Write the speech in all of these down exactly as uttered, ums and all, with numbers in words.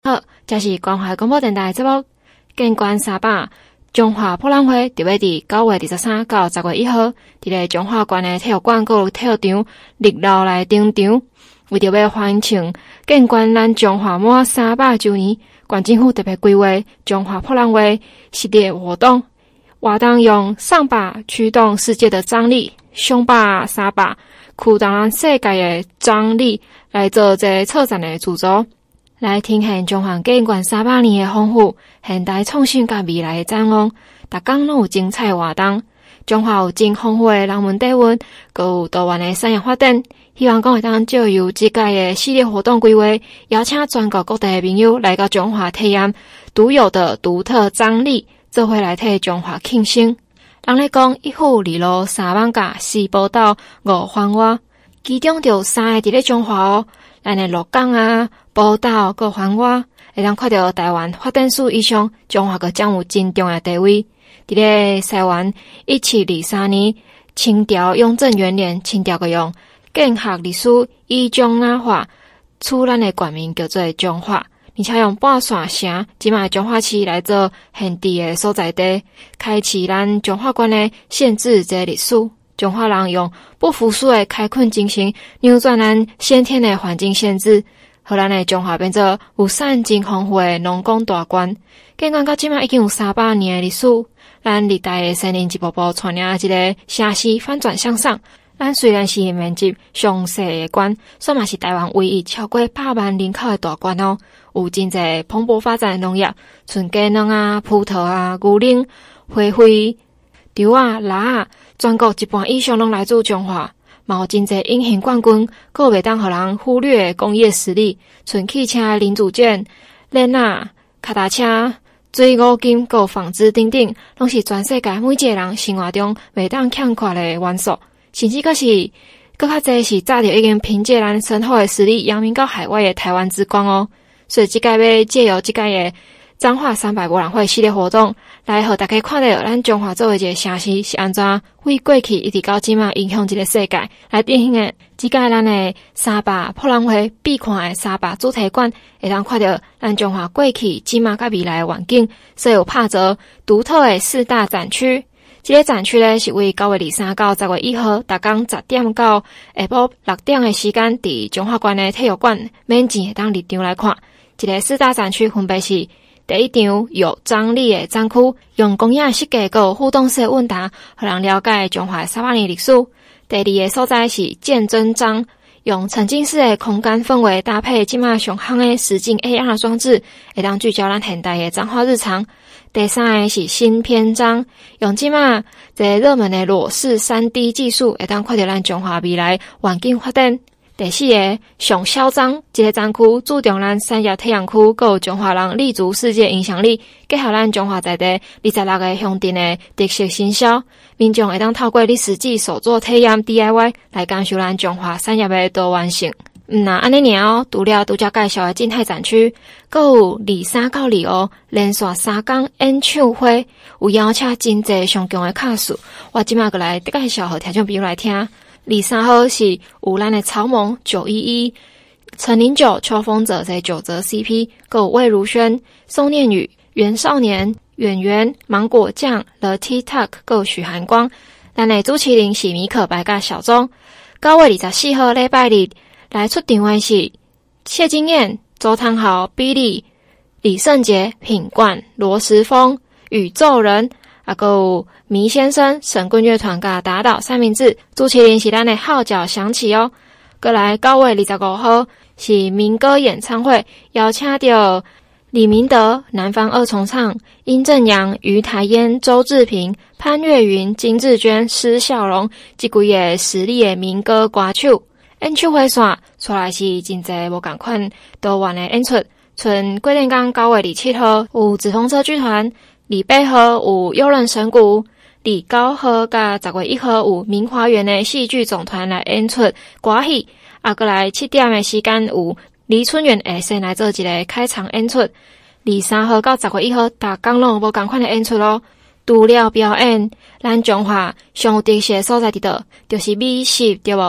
好，这是关怀广播电台节目建关三百中华博览会，特别伫九月二十三到十月一号，伫咧中华馆的体育馆佮体育场热闹来登场。为着要欢庆建关咱中华满三百周年，县政府特别规划中华博览会系列活动，活动用上把驱动世界的张力，上把三把驱动咱世界的张力，来做一个策展的主轴，来呈现中华建关三百年的丰富、现代创新甲未来的展望。逐工拢有精彩活动，中华有真丰富的人文底蕴，佮有多元的产业发展。希望讲会当借由即届的系列活动规划，邀请全国各地的朋友来到中华体验独有的独特张力，做伙来替中华庆生。人咧讲一府二路三艋舺，四宝岛五番外，其中就有三个伫咧中华哦。咱的鹿港啊、宝岛佮番外，会当看到台湾发展史以上，中华个将有真重要地位。伫咧西元一七二三年，清朝雍正元年，清朝个用建学历史以中华化，取咱的冠名叫做中华，而且用半线城即卖中华市来做现地的所在地，开启咱中华馆的限制这历史。中华人用不服输的开垦精神，扭转咱先天的环境限制，互咱的中华变做有产真丰富的农工大县。建关到即卖已经有三百年的历史，咱历代的先人一步步带领一个城市翻转向上。咱虽然是面积上细的县，算嘛是台湾唯一超过百万人口的大县哦。有真侪蓬勃发展的农业，像鸡卵啊、葡萄啊、牛奶、花卉、稻啊、蜡啊，全国一半以上拢来自中华。嘛有真侪隐形冠军，佫袂当互人忽略的工业实力，像汽车零组件、链啊、脚踏车、水五金、佫纺织等等，拢是全世界每一个人生活中袂当欠缺的元素。甚至佫是佫较侪是早就已经凭借咱深厚的实力扬名到海外的台湾之光哦。所以即届要借由即届的彰化三百博览会系列活动，来互大家看到咱中华作为一个城市是安怎为过去一直到即马影响这个世界，来典型的即届咱的三百博览会必看的三百主题馆，会当看到咱中华过去、即马甲未来的环境，所以有拍做独特的四大展区。这个展区咧是为九月二三到十月一号，逐工十点到下晡六点的时间，伫中华馆的体育馆免钱会当入场来看。这个四大展区分别是第一场有张力的展区，用工业设计和互动式的问答，互人了解中华三百年历史。第二个所在是见真章，用沉浸式的空间氛围搭配即马上夯的实境 A R 装置，会当聚焦咱现代的彰化日常。第三个是新篇章，用即马这热门的裸视 三 D 技术，会当看到咱中华未来环境发展。第四个上嚣张，这个展区注重咱产业体验区，佮有中华人立足世界影响力，结合咱中华在地二十六个乡镇的特色行销，民众会当透过你实际手作体验 D I Y 来感受咱中华产业的多元性。嗯呐，安尼尔哦，除了拄则介绍的静态展区，佮有二三到二五连续三天演唱会，有邀请真侪上强的卡士，我即马过来介绍互听众朋友来听。二三号是有咱的草蜢、九一一、陈零九、秋风者这九则 C P， 佮有魏如萱、宋念宇、袁少年、远源、芒果酱、The TikTok， 佮有许寒光。咱的主持人是米可白甲小钟。九月二十四号礼拜日来出场的是谢金燕、周汤豪、比利、李圣杰、品冠、罗时丰、宇宙人，啊，还有迷先生、神棍乐团甲打倒三明治。主持人是咱的号角响起哦。过来九月二十五号是民歌演唱会，邀请到李明德、南方二重唱、殷正阳、于台烟、周志平、潘越云、金志娟、施孝荣这几个实力的民歌歌手。演唱会线出来是真侪无共款多元的演出，像过年港九月二十七号有纸风车剧团，二八号有幽人神谷，二九号甲十月一号有明华园的戏剧总团来演出歌戏，啊，过来七点的时间有李春元会先来做一个开场演出。二三号到十月一号，逐工拢无共款的演出咯。除了表演，咱中华上有特色的所在伫倒，就是美食，对无？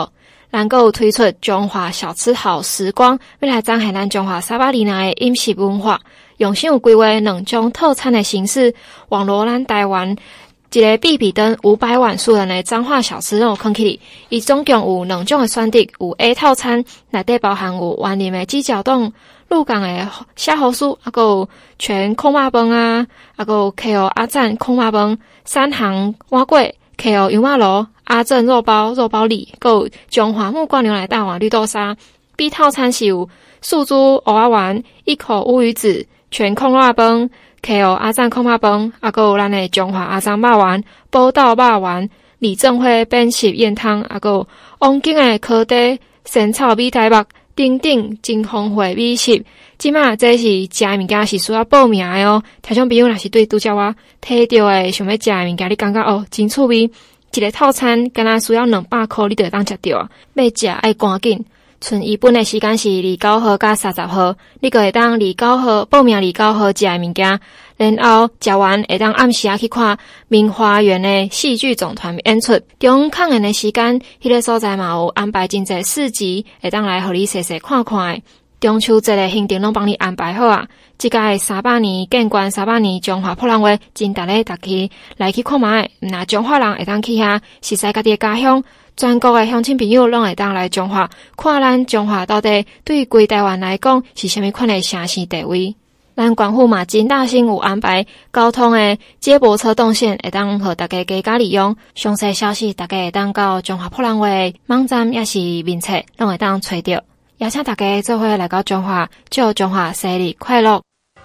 咱还有推出中华小吃好时光，要来展现咱中华沙巴里内的饮食文化，用心有规划两种套餐的形式，网罗咱台湾一个比比登五百万数人的彰化小吃拢有放起哩。伊总共有两种的选择，有 A 套餐，内底包含有湾林的鸡脚冻、鹿港的虾猴酥，还有全空肉饭啊，还有 K O 阿赞空肉饭、三行碗粿、K O 油麻螺、阿正肉包、肉包里，还有中华木瓜牛奶大碗绿豆沙。B 套餐是有素猪蚵仔丸、一口乌鱼子、全空肉饭、K O 阿赞空肉饭，还有咱的中华阿赞肉丸、宝岛肉丸、李正辉扁食燕汤，还有王景的烤地、仙草米台目等等真丰富的美食。即马这是食的物件是需要报名的哦，听众朋友若是对拄则我摕到的想要食的物件，你感觉哦真趣味，一个套餐敢若需要两百块，你就会当食到啊！要食爱赶紧。剩一本的时间是二十九号到三十号，你个会当二十九号报名，二十九号食的物件，然后食完会当暗时啊去看明花园的戏剧总团演出。中抗演的时间，迄个所在嘛有安排真侪市集，会当来互你细细看看的。中秋节的行程拢帮你安排好啊！即届三百年建馆三百年中华普兰话，真值咧，大家来去看卖。那中华人会当去遐，实在家己的家乡。全国的乡亲朋友拢会当来中华，看咱中华到底对规台湾来讲是虾米款的城市地位。咱官府嘛真大心有安排交通的接驳车动线，会当互大家加加利用。详细消息大家会当到中华普兰话网站也是面册，拢会当找到。邀请大家做伙来到中华，祝中华生日快乐！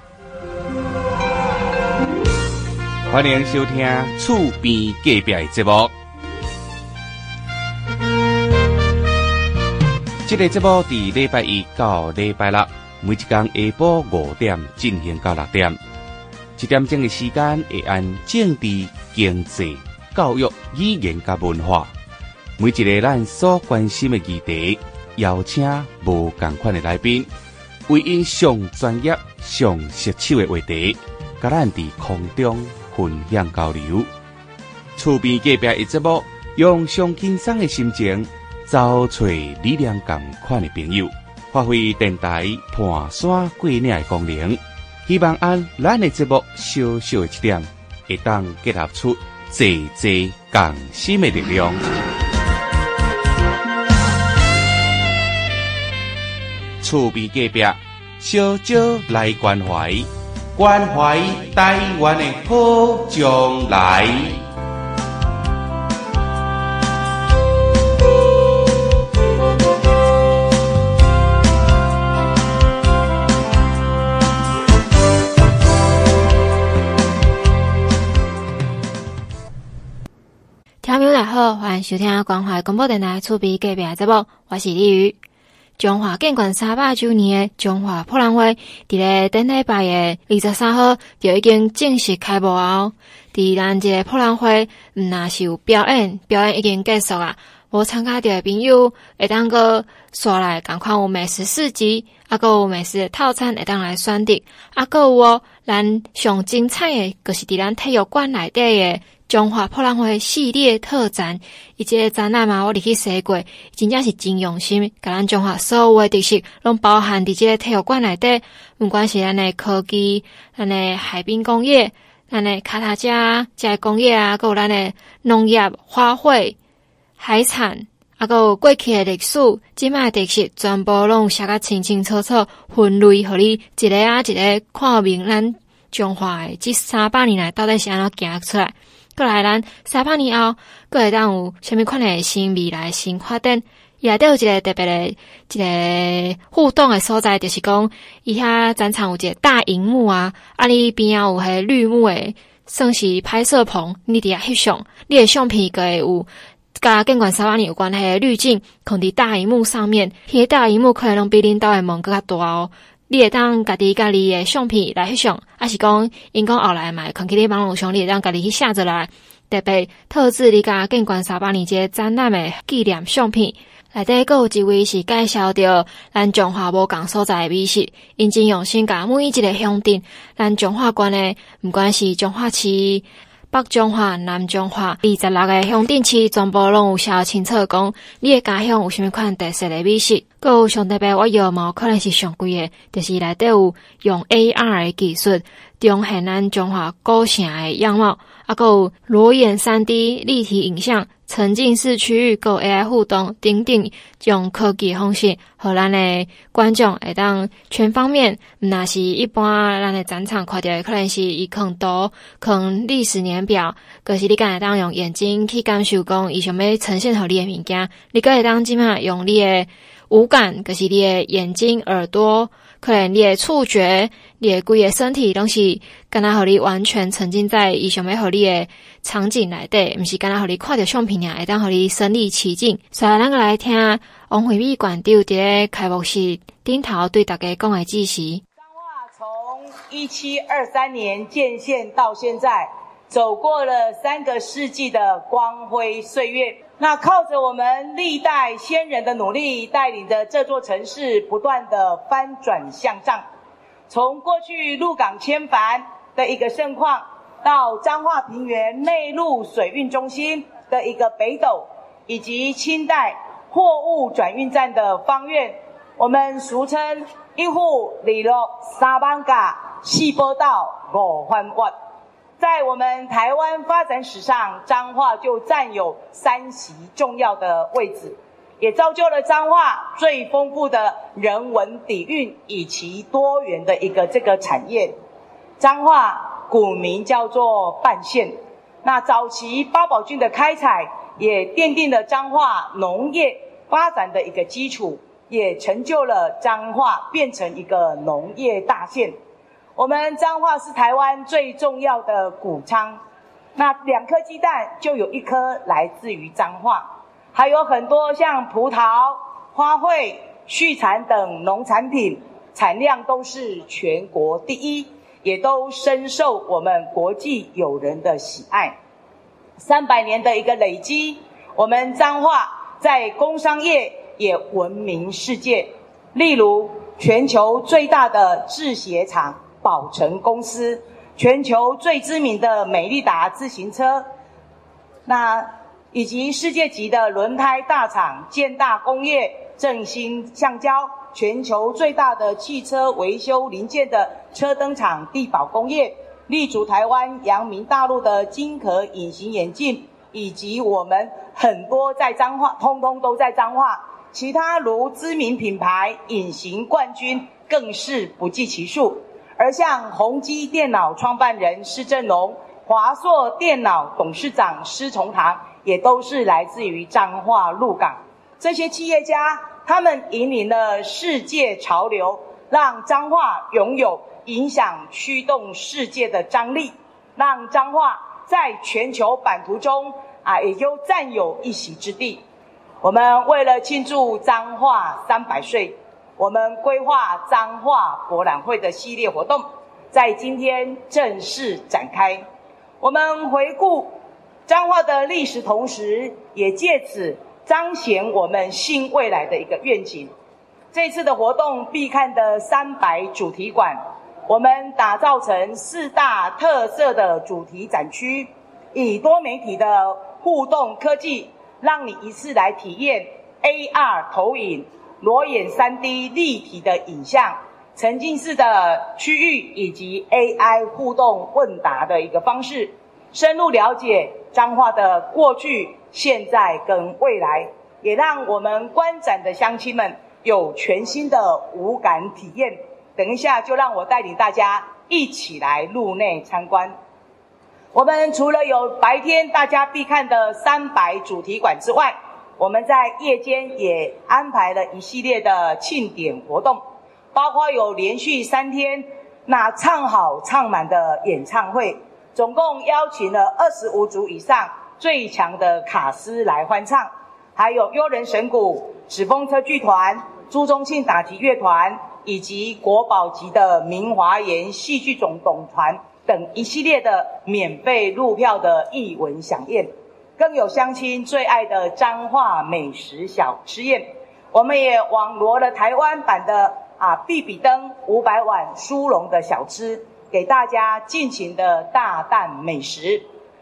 欢迎收听厝边隔壁的节目。这个节目伫礼拜一到礼拜六，每一天下晡五点进行到六点，一点钟的时间会按政治、经济、教育、语言甲文化，每一个咱所关心的议题，邀请无同款的来宾，为因上专业、上棘手的话题，甲咱伫空中分享交流。厝边隔壁的节目，用上轻松的心情，找找力量同款的朋友，发挥电台盘山过岭的功能。希望按咱的节目小小的一点，会当结合出济济共心的力量。厝边隔壁，小少来关怀，关怀台湾的好将来。 听众大家好，欢迎收听关怀广播电台厝边隔壁的节目，我是李瑜。中华建馆三百周年的中华普兰话，伫咧顶礼拜的二十三号就已经正式开幕哦。伫咱这个普兰话，毋若是有表演，表演已经结束啊。无参加到的朋友，会当个刷来赶快有美食市集，啊个有美食的套餐会当来选择，啊个有哦，咱上精彩的，就是伫咱体育馆内底的中华普兰话系列特展，伊这个展览嘛，我入去踅过，真正是真用心，甲咱中华所有的特色拢包含伫这个体育馆内底，不管是咱的科技、咱的海滨工业、咱的卡塔加这个工业啊，还有咱的农业、花卉、海产，啊个有过去的历史、即卖的特色，全部拢写甲清清楚楚，分类互你一个啊一个看明咱中华的这三百年来到底是安怎行出来。过来咱三百年后，佫会当有虾米款的新未来新发展？伊内底有一个特别的一个互动的所在，就是讲伊遐展场有一个大荧幕啊，啊你边仔有迄绿幕的，算是拍摄棚，你伫遐翕相，你的相片佫会有甲建馆三百年有关的滤镜，放伫大荧幕上面，迄个大荧幕可能拢比恁兜的门佫较大哦。你会当家己家己的相片来翕相，还是讲因讲后来嘛，看起你网络上你会当家己去下载来，特别特制你甲建馆三百年这展览的纪念相片。内底还有一位是介绍着咱中华无共所在的美食，因真用心甲每一个乡镇，咱中华县的，不管是中华市、 北中华、南中华二十六个乡镇市全部拢有写清楚讲，你的家乡有啥物款特色的美食。阁有上特别我要嘛可能是上贵的，就是内底有用 A R 的技术重现咱中华古城的样貌，啊，阁有裸眼 三 D 立体影像、沉浸式区域、阁 A I 互动等等，用科技方式，互咱的观众会当全方面，毋那是一般咱的展场看到的，可能是伊藏图、藏历史年表，可是你敢会当用眼睛去感受讲伊想要呈现互你的物件，你阁会当即马用你的五感，就是你的眼睛、耳朵，可能你的触觉，你的规个身体拢是敢若互你完全沉浸在伊想要互你的场景内底，毋是敢若互你看到相片尔，会当互你身临其境。所以咱个来听王惠美馆长伫咧开幕式顶头对大家讲的指示。 彰化从一七二三年建县到现在，走过了三个世纪的光辉岁月。那靠着我们历代先人的努力，带领着这座城市不断的翻转向上。从过去鹿港千帆的一个盛况，到彰化平原内陆水运中心的一个北斗，以及清代货物转运站的方院，我们俗称一户二路三万甲四波道五番弯。在我们台湾发展史上，彰化就占有三席重要的位置，也造就了彰化最丰富的人文底蕴以及多元的一个这个产业。彰化古名叫做半县，那早期八宝郡的开采也奠定了彰化农业发展的一个基础，也成就了彰化变成一个农业大县。我们彰化是台湾最重要的谷仓，那两颗鸡蛋就有一颗来自于彰化，还有很多像葡萄、花卉、畜产等农产品产量都是全国第一，也都深受我们国际友人的喜爱。三百年的一个累积，我们彰化在工商业也闻名世界，例如全球最大的制鞋厂宝成公司，全球最知名的美利达自行车，那以及世界级的轮胎大厂建大工业、正兴橡胶，全球最大的汽车维修零件的车灯厂地宝工业，立足台湾扬名大陆的金壳隐形眼镜，以及我们很多在彰化，通通都在彰化，其他如知名品牌隐形冠军更是不计其数。而像宏基电脑创办人施正荣、华硕电脑董事长施崇堂，也都是来自于彰化鹿港。这些企业家，他们引领了世界潮流，让彰化拥有影响驱动世界的张力，让彰化在全球版图中啊，也就占有一席之地。我们为了庆祝彰化三百岁，我们规划彰化博览会的系列活动，在今天正式展开。我们回顾彰化的历史，同时也借此彰显我们新未来的一个愿景。这次的活动必看的三百主题馆，我们打造成四大特色的主题展区，以多媒体的互动科技，让你一次来体验 A R 投影、裸眼 三 D 立体的影像、沉浸式的区域以及 A I 互动问答的一个方式，深入了解彰化的过去、现在跟未来，也让我们观展的乡亲们有全新的五感体验。等一下就让我带领大家一起来入内参观。我们除了有白天大家必看的三百主题馆之外，我们在夜间也安排了一系列的庆典活动，包括有连续三天那唱好唱满的演唱会，总共邀请了二十五组以上最强的卡司来欢唱，还有悠人神鼓、纸风车剧团、朱宗庆打击乐团，以及国宝级的明华园戏剧总董团等一系列的免费入票的艺文飨宴，更有乡亲最爱的彰化美食小吃宴。我们也网罗了台湾版的啊必比登五百碗殊荣的小吃，给大家尽情的大啖美食。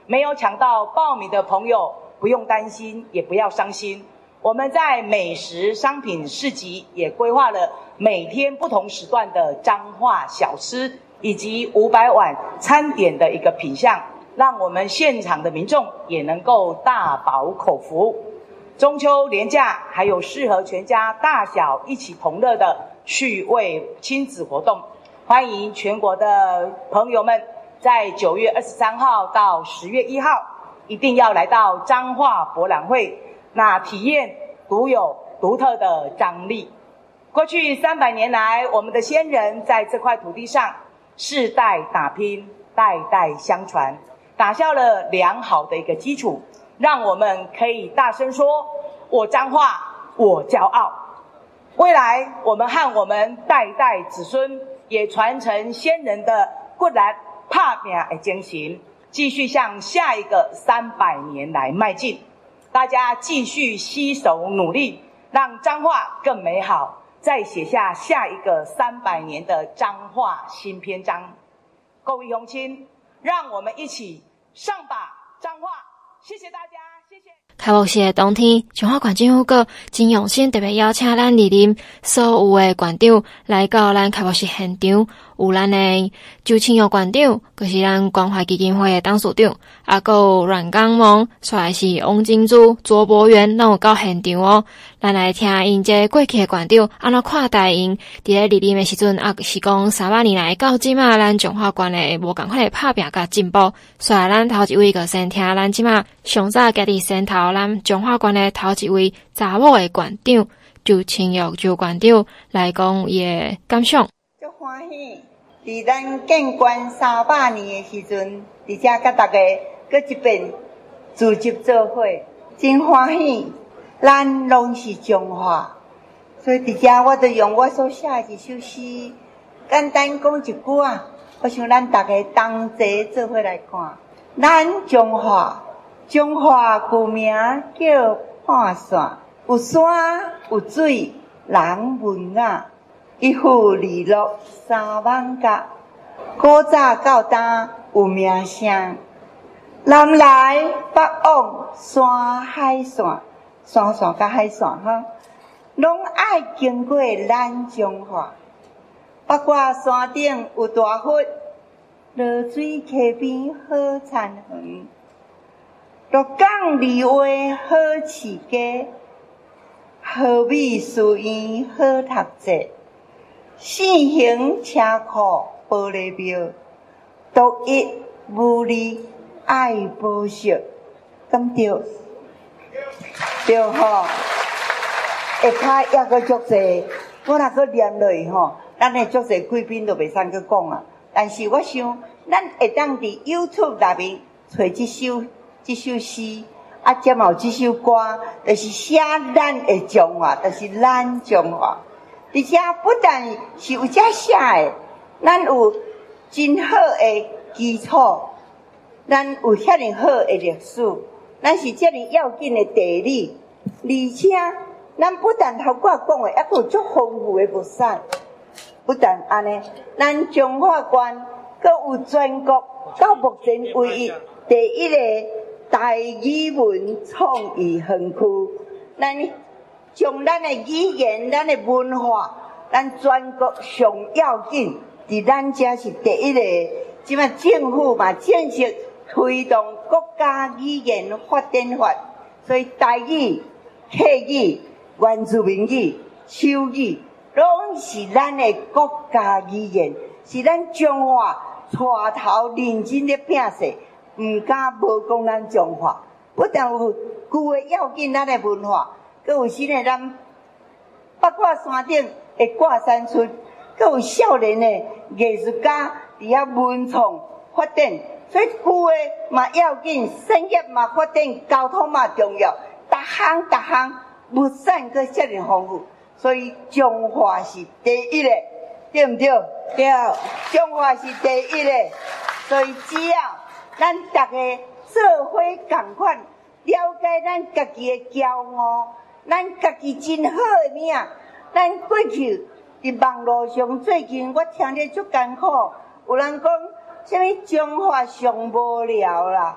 没有抢到报名的朋友不用担心，也不要伤心。我们在美食商品市集也规划了每天不同时段的彰化小吃，以及五百碗餐点的一个品项，让我们现场的民众也能够大饱口福。中秋连假还有适合全家大小一起同乐的趣味亲子活动，欢迎全国的朋友们在九月二十三号到十月一号一定要来到彰化博览会，那体验独有独特的张力。过去三百年来，我们的先人在这块土地上世代打拼，代代相传，打下了良好的一个基础，让我们可以大声说：我彰化，我骄傲。未来我们和我们代代子孙也传承先人的骨力打拼的精神，继续向下一个三百年来迈进。大家继续携手努力，让彰化更美好，再写下下一个三百年的彰化新篇章。各位乡亲，让我们一起上把彰化！谢谢大家，谢谢。 开幕式的当天，彰化县政府阁真用心，特别邀请咱莅临所有的县长来到咱开幕式现场，有咱的周清耀县长，就是咱关怀基金会的董事长，啊，阁有阮刚萌，煞来是王金珠、卓博元，拢有到现场哦。咱来听因这过去的县长安怎看待因，伫咧莅临的时阵，啊，是讲三百年来到即马咱彰化县的无共款的拍拼甲进步。煞来咱头一位个先听咱即马上早家己先头咱彰化县的头一位查某的县长周清玉周县长来讲伊的感想。 足欢喜，伫咱建县三百年的时阵，而且甲大家搁一遍组织做伙，真欢喜。咱拢是彰化，所以伫遮我就用我所写的一首诗，简单讲一句啊。我想咱大家同齐做伙来看。咱彰化，彰化古名叫半线，有山有水人文雅，一府二鹿三艋舺，古早到今有名声。南来北往山海线。山线甲海线哈，拢爱经过咱彰化。八卦山顶有大佛，落水溪边好田园。鹿港梨花好市街，好美书院好读册。四行车库玻璃庙，独一无二爱保守，敢对？对吼，下骹抑阁足济，我若阁念落去吼，咱的足济贵宾都袂使阁讲啊。但是我想，咱会当伫 YouTube 内面找即首即首诗，啊，兼有即首歌，就是写咱的彰化，就是咱彰化。而且不但是有遮写的，咱有真好的基础，咱有遐尼好的历史。咱是遮尔要紧的地理，而且咱不但头壳讲的，还有足丰富的物产。不但安尼，咱彰化县阁有全国到目前唯一第一个大语文创意园区。咱将咱的语言、咱的文化，咱全国上要紧，伫咱遮是第一个。即摆政府嘛正式推动国家语言发展法，所以台语、客语、原住民语、手语，拢是咱的国家语言，是咱彰化带头认真咧拼势，毋敢无讲咱彰化。不但有旧的要紧咱的文化，阁有新的咱八卦山顶的挂山村，阁有少年的艺术家伫遐文创发展。所以旧的嘛要紧，产业嘛发展，交通嘛重要，逐项逐项物产阁遮尔丰富，所以彰化是第一个，对毋对？对，彰化是第一个，所以只要咱逐个做伙共款，了解咱家己的骄傲，咱家己真好的名，咱过去伫网络上最近我听着足艰苦，有人讲。什么彰化上无聊啦？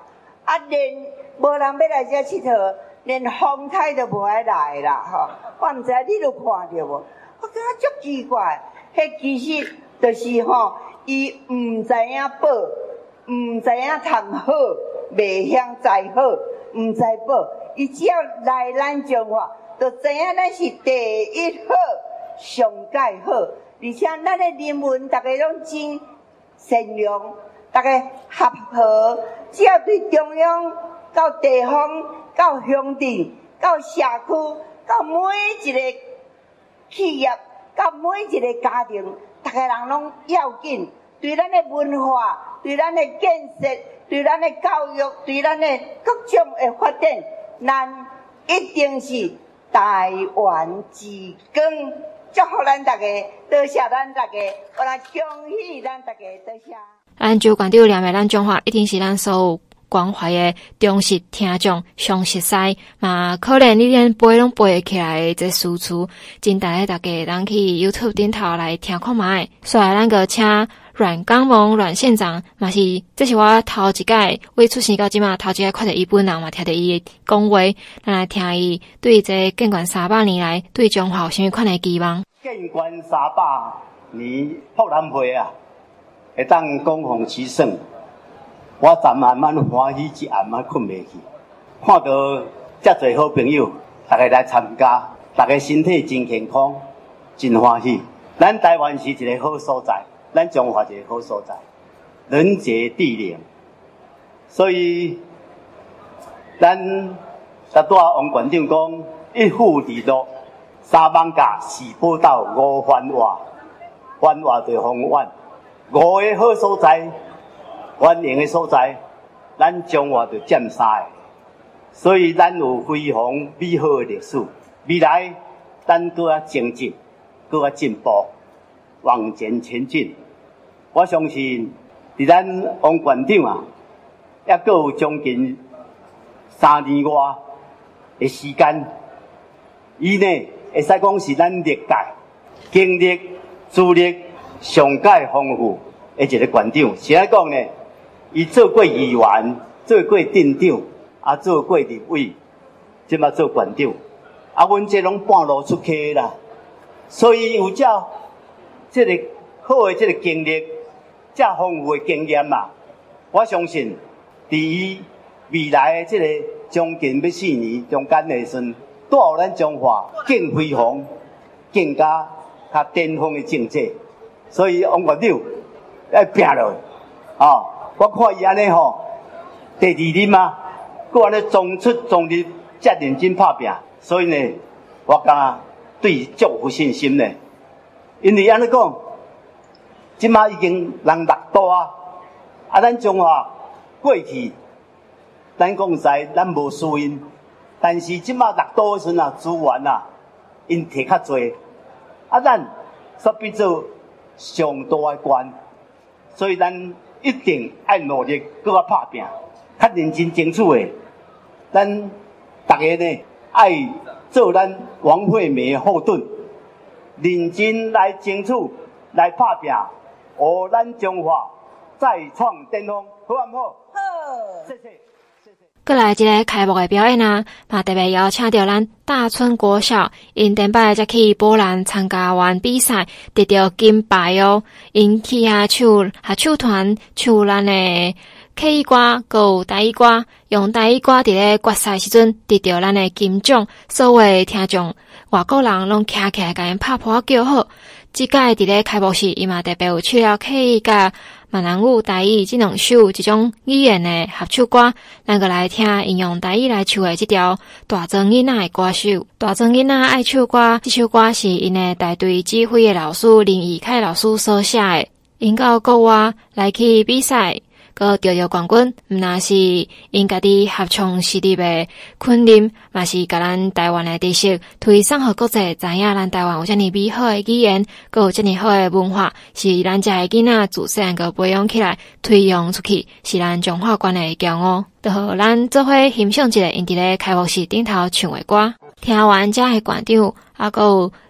啊，连无人要来遮佚佗，连风台都无爱来啦，吼！我毋知你都看到无？我感觉足奇怪，迄其实就是吼，伊毋知影报，毋知影谈好，袂晓栽好，毋知报，伊只要来咱中华，就知影咱是第一好，上界好，而且咱的人文大家拢真善良，大家合和，只要对中央、到地方、到乡镇、到社区、到每一个企业、到每一个家庭，大家人拢要紧。对咱的文化、对咱的建设、对咱的教育、对咱的各种的发展，咱一定是台湾之光。祝福咱大家，多谢咱大家，我来恭喜咱大家，多谢。 咱就关注念的咱中华，一定是咱所有关怀的忠实听众、上熟悉嘛，可能你连背拢背起来的这词词，真待咧大家咱去 YouTube 顶头来听看卖。所以咱个请阮刚蒙阮县长，嘛是这是我头一届未出生到即嘛头一届看到伊本人嘛，听到伊的讲话，咱来听伊对这建县三百年来对中华有啥物款的期望。 建县三百年福南会啊，会当恭逢其盛。我昨晚晚欢喜一暗晚困袂去，看到遮侪好朋友，大家来参加，大家身体真健康，真欢喜。咱台湾是一个好所在，咱中华一个好所在，人杰地灵，所以咱咱拄啊王馆长讲，一户二路，三艋舺四宝斗，五繁华，繁华就方圆，五个好所在。繁荣的所在，咱中华就占三个，所以咱有辉煌美好的历史。未来咱搁较精进，搁较进步，往前前进。我相信，伫咱王馆长啊，也搁有将近三年外的时间，伊呢会使讲是咱历届经历、资历上界丰富的一个馆长。是来讲呢？伊做过议员，做过镇长，啊，做过立委，即马做县长，啊，阮这拢半路出去啦。所以有遮这个好的这个经历，遮丰富的经验嘛，我相信，伫伊未来的这个将近要四年中间的时阵，带予咱中华更辉煌、更加较巅峰的政绩。所以王县长要拼落，啊！我看伊安尼吼，第二任啊，佮安尼中出中入，遮认真拍拼，所以呢，我感觉对伊足有信心呢。因为安尼讲，即马已经人六都啊，啊，咱中华过去，咱讲实在，咱无输因，但是即马六都的时阵啊，资源啊，因摕较侪，啊，咱煞变做上大的关，所以咱。一定要努力，搁较拍拼，较认真争取的。咱大家呢，爱做咱王惠美的后盾，认真来争取，来拍拼，和咱中华再创巅峰，好唔好？好，谢谢。 过来一个开幕的表演啊，嘛特别邀请到咱大村国小，因顶摆才去波兰参加完比赛，得到金牌哦。因去遐唱合唱团，唱咱的客语歌，还有台语歌，用台语歌伫咧决赛时阵得到咱的金奖，所有听众外国人拢徛起来甲因拍拍叫好。即届伫咧开幕式，伊嘛特别有唱了客语甲闽南语、台语这两首这种语言的合唱歌，咱个来听因用台语来唱的这条大庄囡仔的歌手。大庄囡仔爱唱歌，这首歌是因的大队指挥的老师林义凯老师所写的。因到国外来去比赛，佮得到冠军，毋那是因家己合唱实力的训练，嘛是甲咱台湾的特色推送互国际知影咱台湾有遮尔美好的语言，佮有遮尔好的文化，是咱遮的囡仔自细汉佮培养起来，推扬出去，是咱中华关的骄傲。就互咱做伙欣赏一个因伫咧开幕式顶头唱的歌。听完遮的馆长，啊，佮有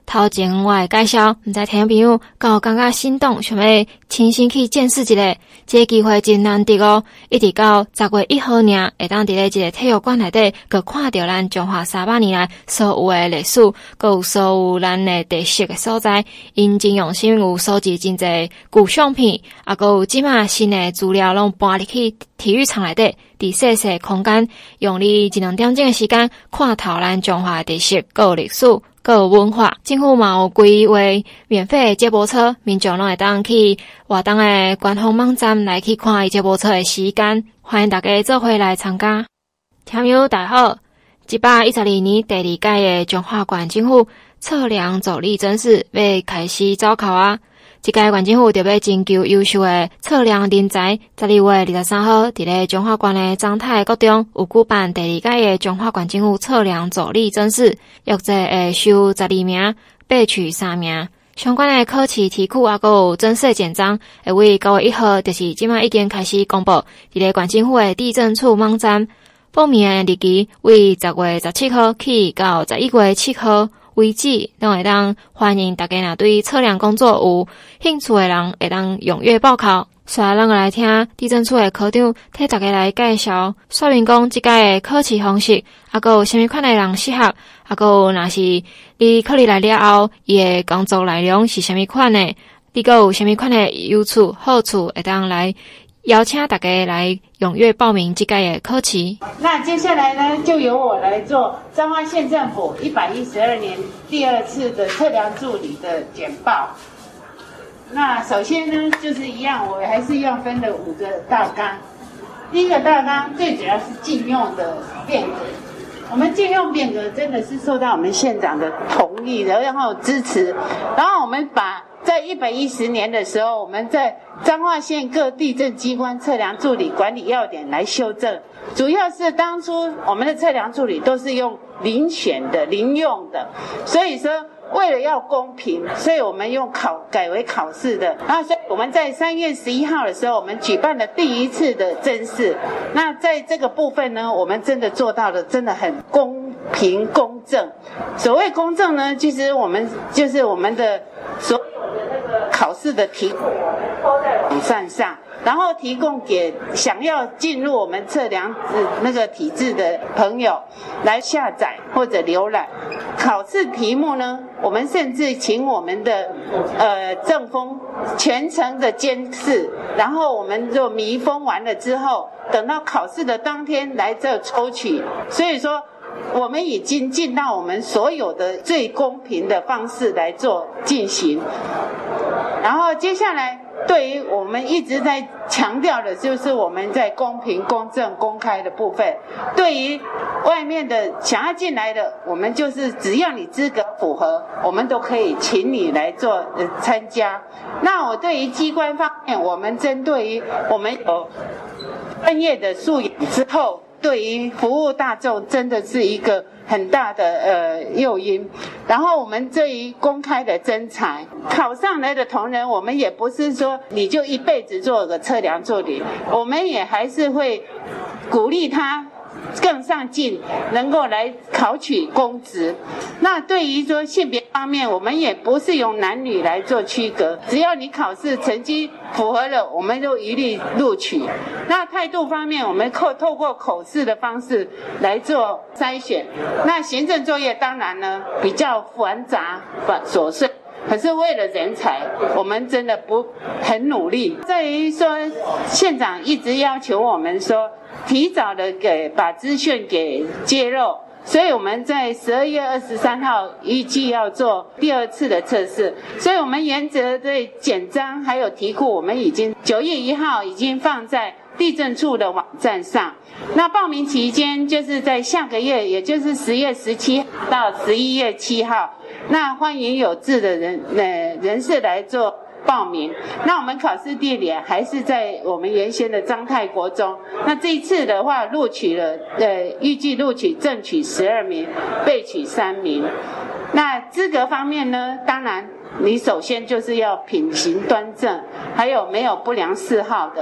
头前我会介绍，毋知听众朋友敢有感觉心动，想要亲身去见识一下，这个机会真难得哦！一直到十月一号尔，会当伫咧一个体育馆内底，佮看到咱中华三百年来所有的历史，佮有所有咱的特色的所在。因真用心有收集真侪古相片，啊，佮有即马新的资料，拢搬入去体育场内底，伫细细空间，用你一两点钟的时间，看透咱中华的特色，佮有历史。各有文化，政府嘛有规划免费的接驳车，民众拢会当去活动的官方网站来去看伊接驳车的时间，欢迎大家做伙来参加。听友大好，一百一十二年第二届的中华县政府测量助理甄试要开始招考啊！这届县政府就要征求优秀的测量人才。十二月二十三号，伫咧中华县的彰泰国中有举办第二届的中华县政府测量助理甄试，预计会收十二名，备取三名。相关的考试题库啊，还有甄试简章，会为九月一号，就是即马已经开始公布，伫咧县政府的地政处网站。报名的日期为十月十七号起到十一月七号。为止，拢会当欢迎大家若对测量工作有兴趣的人，会当踊跃报考。所以，咱来听地政处的科长替大家来介绍，说明讲即届的考试方式，啊，还有啥物款的人适合，啊，还有若是你考虑来了后，伊的工作内容是啥物款的，你还有啥物款的优处、好处，会当来邀请大家来踊跃报名这届的考试。 那接下来呢，就由我来做彰化县政府一百一十二年第二次的测量助理的简报。那首先呢，就是一样，我还是一样分了五个大纲。第一个大纲最主要是禁用的变革。我们禁用变革真的是受到我们县长的同意的，然后支持，然后我们把在一百一十年的时候，我们在彰化县各地政机关测量助理管理要点来修正，主要是当初我们的测量助理都是用遴选的、遴用的，所以说为了要公平，所以我们用考改为考试的。然后所以我们在三月十一号的时候，我们举办了第一次的甄试。那在这个部分呢，我们真的做到了真的很公平公正。所谓公正呢，其实我们就是我们的所考试的题库网站上，然后提供给想要进入我们测量那个体制的朋友来下载或者浏览。考试题目呢，我们甚至请我们的呃政风全程的监视，然后我们就密封完了之后，等到考试的当天来这抽取。所以说我们已经尽到我们所有的最公平的方式来做进行。然后接下来对于我们一直在强调的就是我们在公平公正公开的部分，对于外面的想要进来的，我们就是只要你资格符合，我们都可以请你来做呃参加。那我对于机关方面，我们针对于我们有专业的素养之后，对于服务大众真的是一个很大的呃诱因。然后我们对于公开的征才，考上来的同仁，我们也不是说你就一辈子做个测量助理，我们也还是会鼓励他更上进，能够来考取公职。那对于说性别方面，我们也不是用男女来做区隔，只要你考试成绩符合了，我们就一律录取。那态度方面，我们透透过口试的方式来做筛选。那行政作业当然呢比较繁杂琐碎，可是为了人才，我们真的不很努力。在于说县长一直要求我们说提早的给把资讯给揭露，所以我们在十二月二十三号预计要做第二次的测试。所以我们原则对简章还有题库，我们已经九月一号已经放在地政处的网站上。那报名期间就是在下个月，也就是十月十七号到十一月七号。那欢迎有志的人呃人士来做报名。那我们考试地点还是在我们原先的彰泰国中。那这一次的话，录取了呃预计录取正取十二名，备取三名。那资格方面呢，当然你首先就是要品行端正，还有没有不良嗜好的。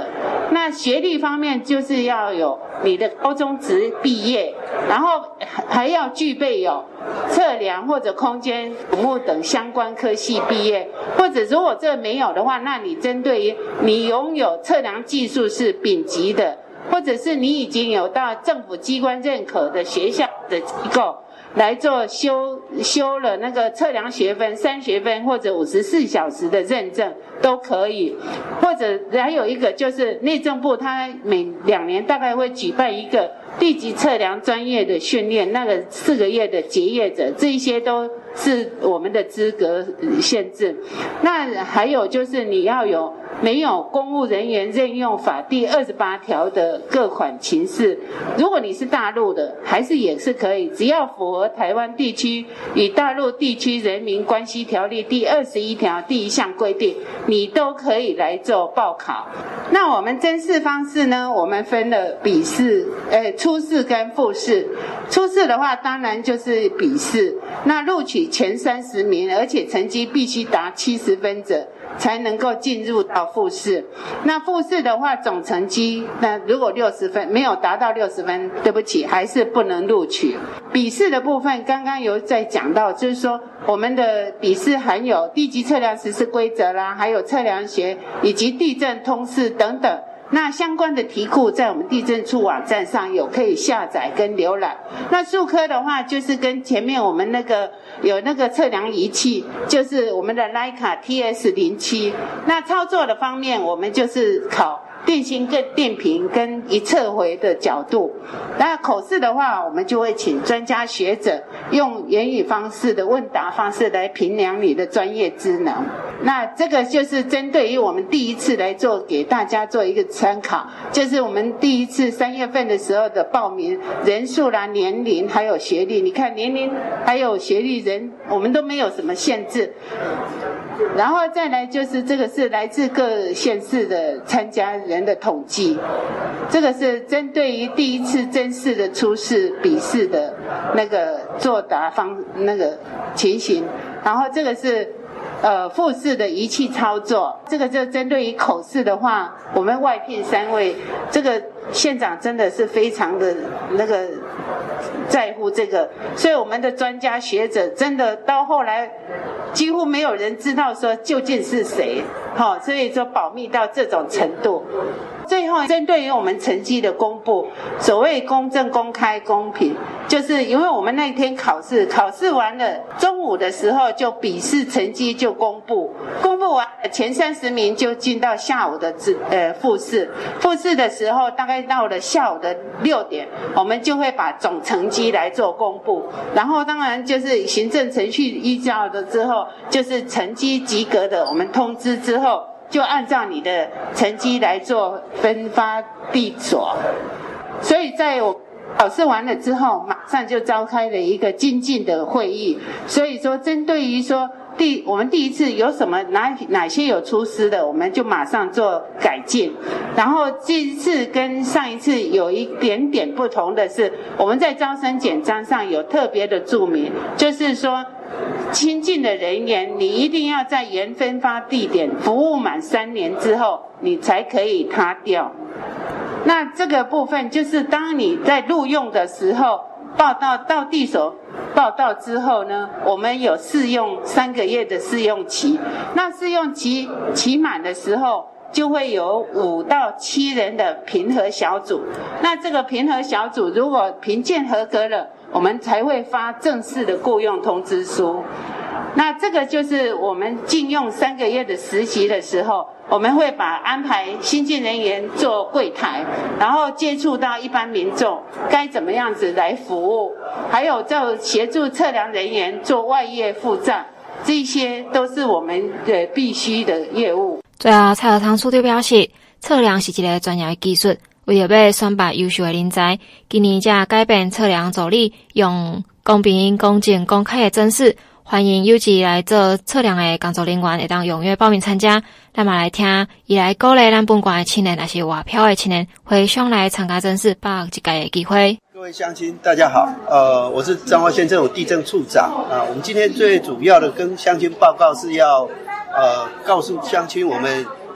那学历方面就是要有你的高中职毕业，然后还要具备有测量或者空间土木等相关科系毕业，或者如果这没有的话，那你针对于你拥有测量技术是丙级的，或者是你已经有到政府机关认可的学校的机构来做修修了那个测量学分三学分或者五十四小时的认证都可以，或者还有一个就是内政部它每两年大概会举办一个地级测量专业的训练，那个四个月的结业者，这一些都是我们的资格限制。那还有就是你要有没有公务人员任用法第二十八条的各款情事，如果你是大陆的还是也是可以，只要符合台湾地区与大陆地区人民关系条例第二十一条第一项规定，你都可以来做报考。那我们甄试方式呢，我们分了笔试呃初试跟复试。初试的话当然就是笔试，那录取前三十名而且成绩必须达七十分者才能够进入到复试。那复试的话总成绩那如果六十分没有达到六十分，对不起还是不能录取。笔试的部分刚刚有在讲到，就是说我们的笔试含有地级测量实施规则啦，还有测量学以及地震通识等等，那相关的题库在我们地震处网站上有可以下载跟浏览。那术科的话就是跟前面我们那个有那个测量仪器，就是我们的 Leica T S 零七。那操作的方面我们就是考电芯跟电平跟一测回的角度。那口试的话我们就会请专家学者用言语方式的问答方式来评量你的专业知能。那这个就是针对于我们第一次来做给大家做一个参考，就是我们第一次三月份的时候的报名人数啦、年龄还有学历，你看年龄还有学历人我们都没有什么限制。然后再来就是这个是来自各县市的参加人的统计，这个是针对于第一次甄试的初试笔试的那个作答方那个情形。然后这个是呃复试的仪器操作，这个就针对于口试的话，我们外聘三位，这个县长真的是非常的那个在乎这个，所以我们的专家学者真的到后来几乎没有人知道说究竟是谁，好，所以说保密到这种程度。最后针对于我们成绩的公布，所谓公正、公开、公平，就是因为我们那天考试考试完了，中午的时候就笔试成绩就公布，公布完了前三十名就进到下午的呃复试，复试的时候大概到了下午的六点，我们就会把总成绩来做公布，然后当然就是行政程序依照的之后，就是成绩及格的我们通知之后，就按照你的成绩来做分发地所。所以在我考试完了之后，马上就召开了一个精进的会议。所以说针对于说第我们第一次有什么哪哪些有出师的，我们就马上做改进。然后这一次跟上一次有一点点不同的是，我们在招生简章上有特别的注明，就是说亲近的人员你一定要在原分发地点服务满三年之后你才可以踏调。那这个部分就是当你在录用的时候报到到地所报到之后呢，我们有试用三个月的试用期，那试用期期满的时候就会有五到七人的评核小组，那这个评核小组如果评鉴合格了，我们才会发正式的雇用通知书。那这个就是我们禁用三个月的实习的时候，我们会把安排新进人员做柜台，然后接触到一般民众该怎么样子来服务，还有就协助测量人员做外业付账，这些都是我们的必须的业务。 最后蔡和昌处长表示，测量是一个专业的技术，为了要选拔优秀的人才，今年才改变测量助理，用公平、公正、公开的甄试，欢迎有志来做测量的工作人员会当踊跃报名参加。咱嘛来听，伊来鼓励咱本县的青年，也是外漂的青年，回乡来参加甄试，把握一届的机会。 各位乡亲，大家好，呃，我是彰化县政府地政处长啊。我们今天最主要的跟乡亲报告是要，呃，告诉乡亲我们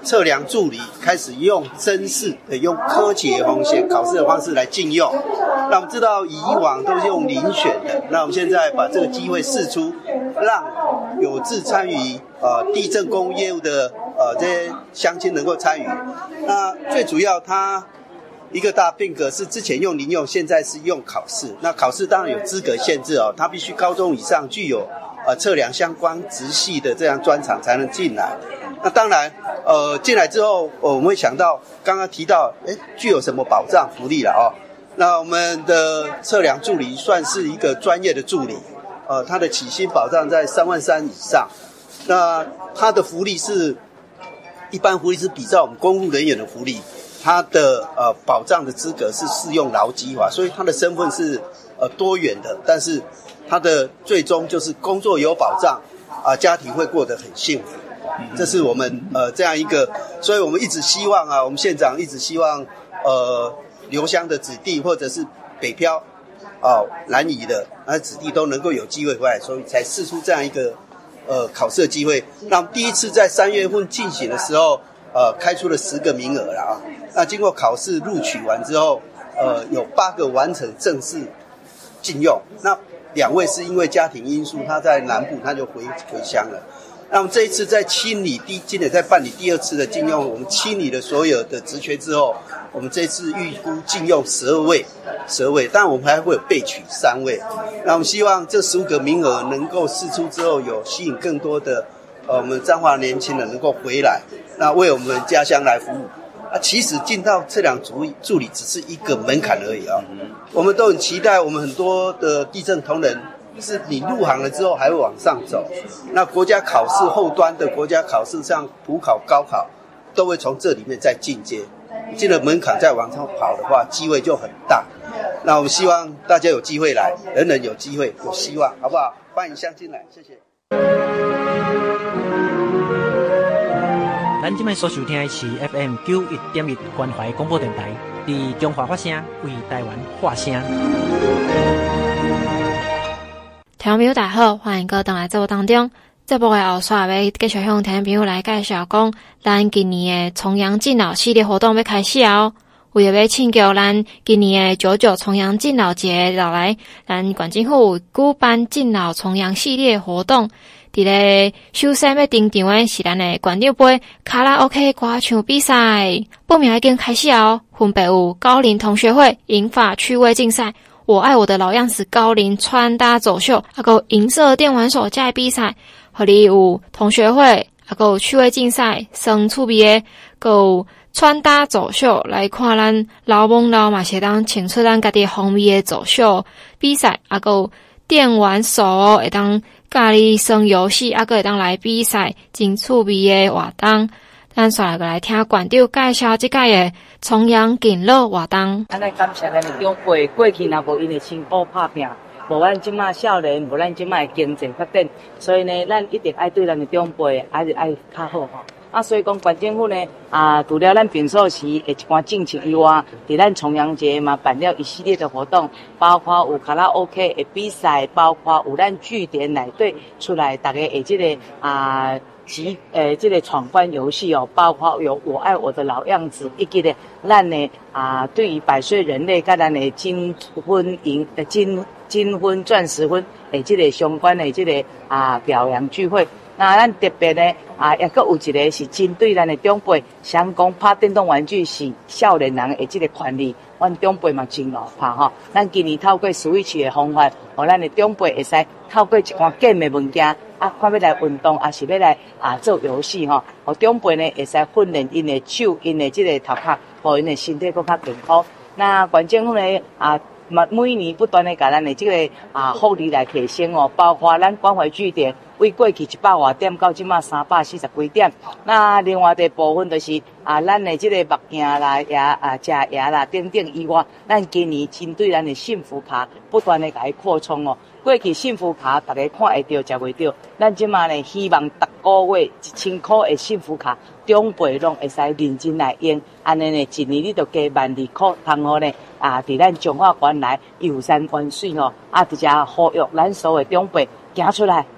测量助理开始用真试的、用科学方式考试的方式来禁用。那我们知道以往都是用遴选的，那我们现在把这个机会释出，让有志参与呃地政公务业务的呃这些乡亲能够参与。那最主要它一个大变革是之前用遴用，现在是用考试。那考试当然有资格限制哦，它必须高中以上具有呃测量相关直系的这样专长才能进来。那当然呃进来之后、呃、我们会想到刚刚提到诶具有什么保障福利了哦。那我们的测量助理算是一个专业的助理，呃他的起薪保障在三万三以上。那他的福利是一般福利是比照我们公务人员的福利，他的呃保障的资格是适用劳基法，所以他的身份是呃多元的，但是他的最终就是工作有保障啊、呃，家庭会过得很幸福。这是我们呃这样一个，所以我们一直希望啊，我们县长一直希望呃留乡的子弟或者是北漂啊、呃、南移的那子弟都能够有机会回来，所以才释出这样一个呃考试的机会。那我们第一次在三月份进行的时候，呃开出了十个名额了啊。那经过考试录取完之后，呃有八个完成正式禁用，那两位是因为家庭因素，他在南部他就回回乡了。那我们这一次在清理第今年在办理第二次的禁用，我们清理了所有的职缺之后，我们这次预估禁用十二位，十二位，但我们还会有备取三位。那我们希望这十五个名额能够释出之后，有吸引更多的呃我们彰化年轻人能够回来，那为我们家乡来服务。啊，其实进到测量助理助理只是一个门槛而已啊。我们都很期待，我们很多的地政同仁是你入行了之后还会往上走。那国家考试后端的国家考试，像普考、高考，都会从这里面再进阶。进了门槛再往上跑的话，机会就很大。那我们希望大家有机会来，人人有机会，有希望，好不好？欢迎乡亲来，谢谢。 咱今摆所收听的是 F M 九一点一关怀广播电台，伫中华发声，为台湾发声。 听众朋友大家好，欢迎各位回来节目当中。节目的后续要继续向听众朋友来介绍讲，咱今年的重阳敬老系列活动要开始哦。为了要庆祝咱今年的九九重阳敬老节到来，咱县政府举办敬老重阳系列活动。伫咧首先要登场的是咱的县长杯卡拉 OK 歌唱比赛，报名已经开始哦。分别有高龄同学会银发趣味竞赛、我爱我的老样子高龄穿搭走秀，还有银色电玩手架比赛，互你有同学会，还有趣味竞赛，生趣味的，还有穿搭走秀来看咱老懵老嘛是当穿出咱家己风味的走秀比赛，还有电玩手会当教你耍游戏，还会当来比赛，真趣味的活动。咱煞来个来听馆长介绍这届的重阳敬老活动。 咱来感谢咱的长辈，过去若无因的辛苦打拼，无咱即马少年，无咱即马的经济发展，所以呢，咱一定爱对咱的长辈爱爱较好吼。啊，所以讲，县政府呢，啊，除了咱平素时的一寡政策以外，伫咱重阳节嘛办了一系列的活动，包括有卡拉 OK 的比赛，包括有咱据点内底出来，大家会这个啊。及诶，这个闯关游戏哦，包括有我爱我的老样子，以及咧，咱呢啊，对于百岁人类甲咱的金婚银呃金金婚钻石婚诶，这个相关的这个啊表扬聚会。那咱特别呢啊，也阁有一个是针对咱的长辈，想讲拍电动玩具是少年人的这个权利，阮长辈嘛真乐拍吼。咱今年透过 Switch 的方法，互咱的长辈会使透过一款 game 的物件。啊，看要来运动，也是要来啊做游戏吼。互长辈呢会使训练因的手、因的这个头壳，互因的身体更较健康。那县政府呢啊，每年不断的甲咱的这个啊福利来提升哦，包括咱关怀据点，为过去一百外点到即马三百四十几点。那另外的部分就是啊，咱的这个目镜啦、牙啊、食牙啦等等以外，咱今年针对咱的幸福卡不断的甲伊扩充哦。过去幸福卡大家看会到食袂到，咱即马呢希望逐个月一千块的幸福卡，长辈拢会使认真来用，安尼呢一年你就加万二块，通好呢啊，伫咱彰化县来游山玩水吼，啊，直接呼吁咱所有长辈行出来，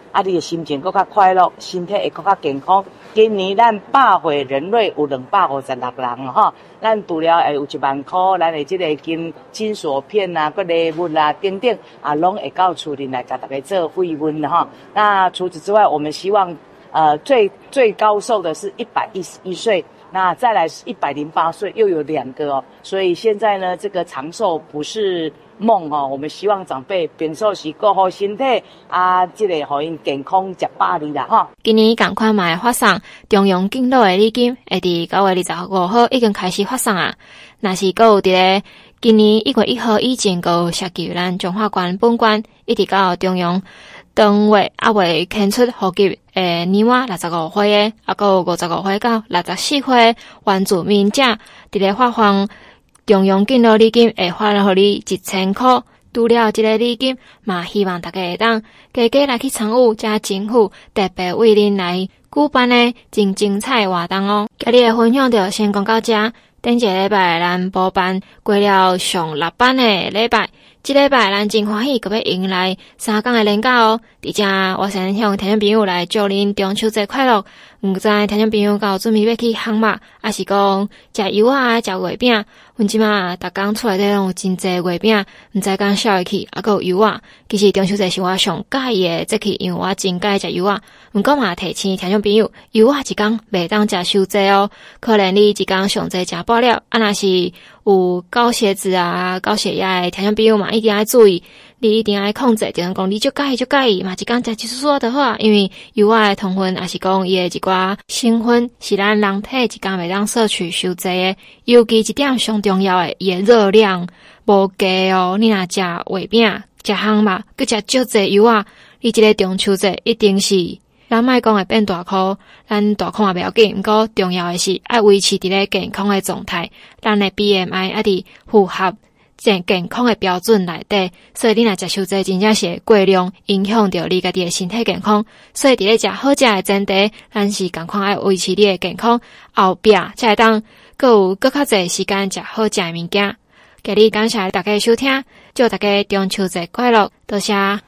啊，你的心情更加快乐，身体会更加健康。今年咱百岁人类有两百五十六人哈，咱除了会有一万块，咱的这个金金锁片啊、个礼物啊等等啊，拢会到厝里来甲大家做慰问哈。那除此之外，我们希望呃最最高寿的是一百一十一岁。那再来是一百零八岁，又有两个哦，所以现在呢，这个长寿不是梦哦，我们希望长辈变寿时顾好身体啊，这个互因健康食百年啦哈。 今年同款嘛会发送中央敬老的礼金，会伫九月二十五号已经开始发送啊。若是还有伫咧今年一月一号以前，还有涉及咱中华关本关一直到中央当月还未献出户籍诶，年满六十五岁诶，啊，还有五十五岁到六十四岁原住民者，伫咧发放中央敬老礼金会发互你一千块。除了这个礼金，嘛希望大家会当加加来去参与，加政府特别为恁来举办的真精彩活动哦。今日的分享就先讲到这，顶一个礼拜咱补办过了上六班的礼拜。这礼拜咱真欢喜，搁要迎来三天的连假哦！伫遮，我先向听众朋友来祝恁中秋节快乐。毋知听众朋友有准备要去烘肉，还是讲食油啊、食月饼？阮即马逐工厝内底拢有真侪月饼，毋知敢烧会去，啊，还有油啊。其实中秋节是我上介意的节气，因为我真介意食油啊。毋过嘛，提醒听众朋友，油啊一工袂当食伤济哦。可能你一工上济食饱了，啊，若是有高血脂啊、高血压的听众朋友嘛，一定要注意，你一定要控制，就能讲你就介意就介意嘛，一工食一丝丝就好啊。因为油啊的糖分，还是讲伊的一寡成分，是咱人体一工袂当摄取伤济的。尤其一点上重要的，伊的热量无低哦。你若食月饼、食烘肉，佮食少济油啊，你这个中秋节一定是。咱莫讲会变大箍，咱大箍也袂要紧，毋过重要的是爱维持伫咧健康的状态，咱的 B M I 爱伫符合健健康的标准内底，所以你若食伤济，真正是过量影响到你家己的身体健康。所以伫咧食好食的前提，咱是共款爱维持你的健康，后壁才会当佮有佮较侪时间食好食的物件。今日感谢大家收听，祝大家中秋节快乐，多谢。